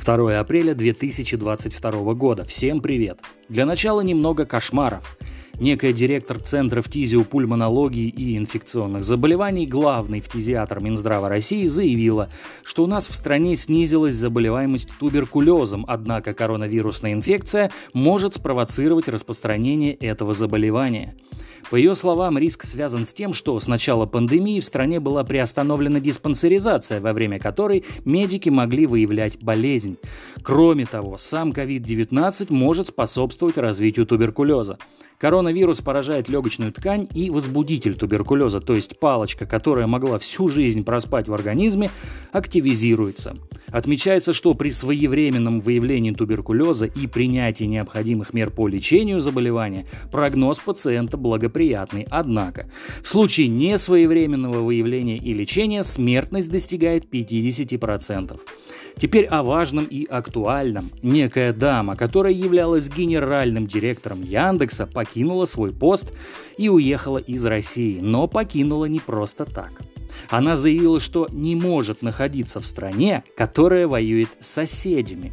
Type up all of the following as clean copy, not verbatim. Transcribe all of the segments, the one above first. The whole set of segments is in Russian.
2 апреля 2022 года. Всем привет! Для начала немного кошмаров. Некая директор Центра фтизиопульмонологии и инфекционных заболеваний, главный фтизиатр Минздрава России, заявила, что у нас в стране снизилась заболеваемость туберкулезом, однако коронавирусная инфекция может спровоцировать распространение этого заболевания. По ее словам, риск связан с тем, что с начала пандемии в стране была приостановлена диспансеризация, во время которой медики могли выявлять болезнь. Кроме того, сам COVID-19 может способствовать развитию туберкулеза. Коронавирус поражает легочную ткань, и возбудитель туберкулеза, то есть палочка, которая могла всю жизнь проспать в организме, активизируется. Отмечается, что при своевременном выявлении туберкулеза и принятии необходимых мер по лечению заболевания прогноз пациента благоприятный. Однако, в случае несвоевременного выявления и лечения смертность достигает 50%. Теперь о важном и актуальном. Некая дама, которая являлась генеральным директором Яндекса, покинула свой пост и уехала из России. Но покинула не просто так. Она заявила, что не может находиться в стране, которая воюет с соседями.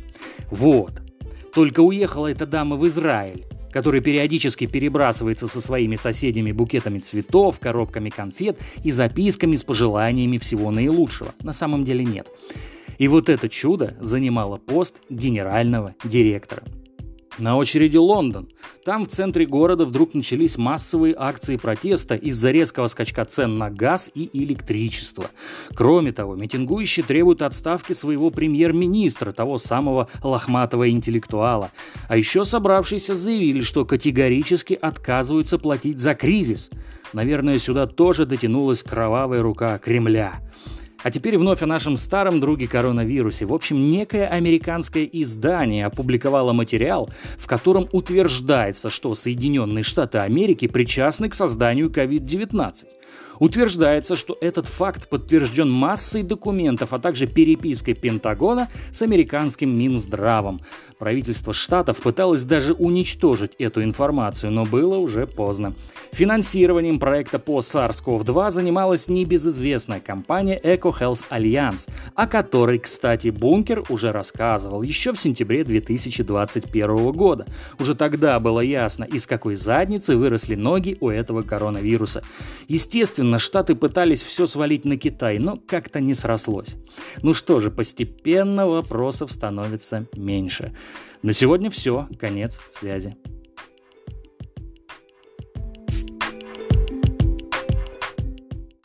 Только уехала эта дама в Израиль, который периодически перебрасывается со своими соседями букетами цветов, коробками конфет и записками с пожеланиями всего наилучшего. На самом деле нет. И вот это чудо занимало пост генерального директора. На очереди Лондон. Там в центре города вдруг начались массовые акции протеста из-за резкого скачка цен на газ и электричество. Кроме того, митингующие требуют отставки своего премьер-министра, того самого лохматого интеллектуала. А еще собравшиеся заявили, что категорически отказываются платить за кризис. Наверное, сюда тоже дотянулась кровавая рука Кремля. А теперь вновь о нашем старом друге коронавирусе. В общем, некое американское издание опубликовало материал, в котором утверждается, что Соединенные Штаты Америки причастны к созданию COVID-19. Утверждается, что этот факт подтвержден массой документов, а также перепиской Пентагона с американским Минздравом. Правительство штатов пыталось даже уничтожить эту информацию, но было уже поздно. Финансированием проекта по SARS-CoV-2 занималась небезызвестная компания EcoHealth Alliance, о которой, кстати, Бункер уже рассказывал еще в сентябре 2021 года. Уже тогда было ясно, из какой задницы выросли ноги у этого коронавируса. Естественно, Штаты пытались все свалить на Китай, но как-то не срослось. Ну что же, постепенно вопросов становится меньше. На сегодня все. Конец связи.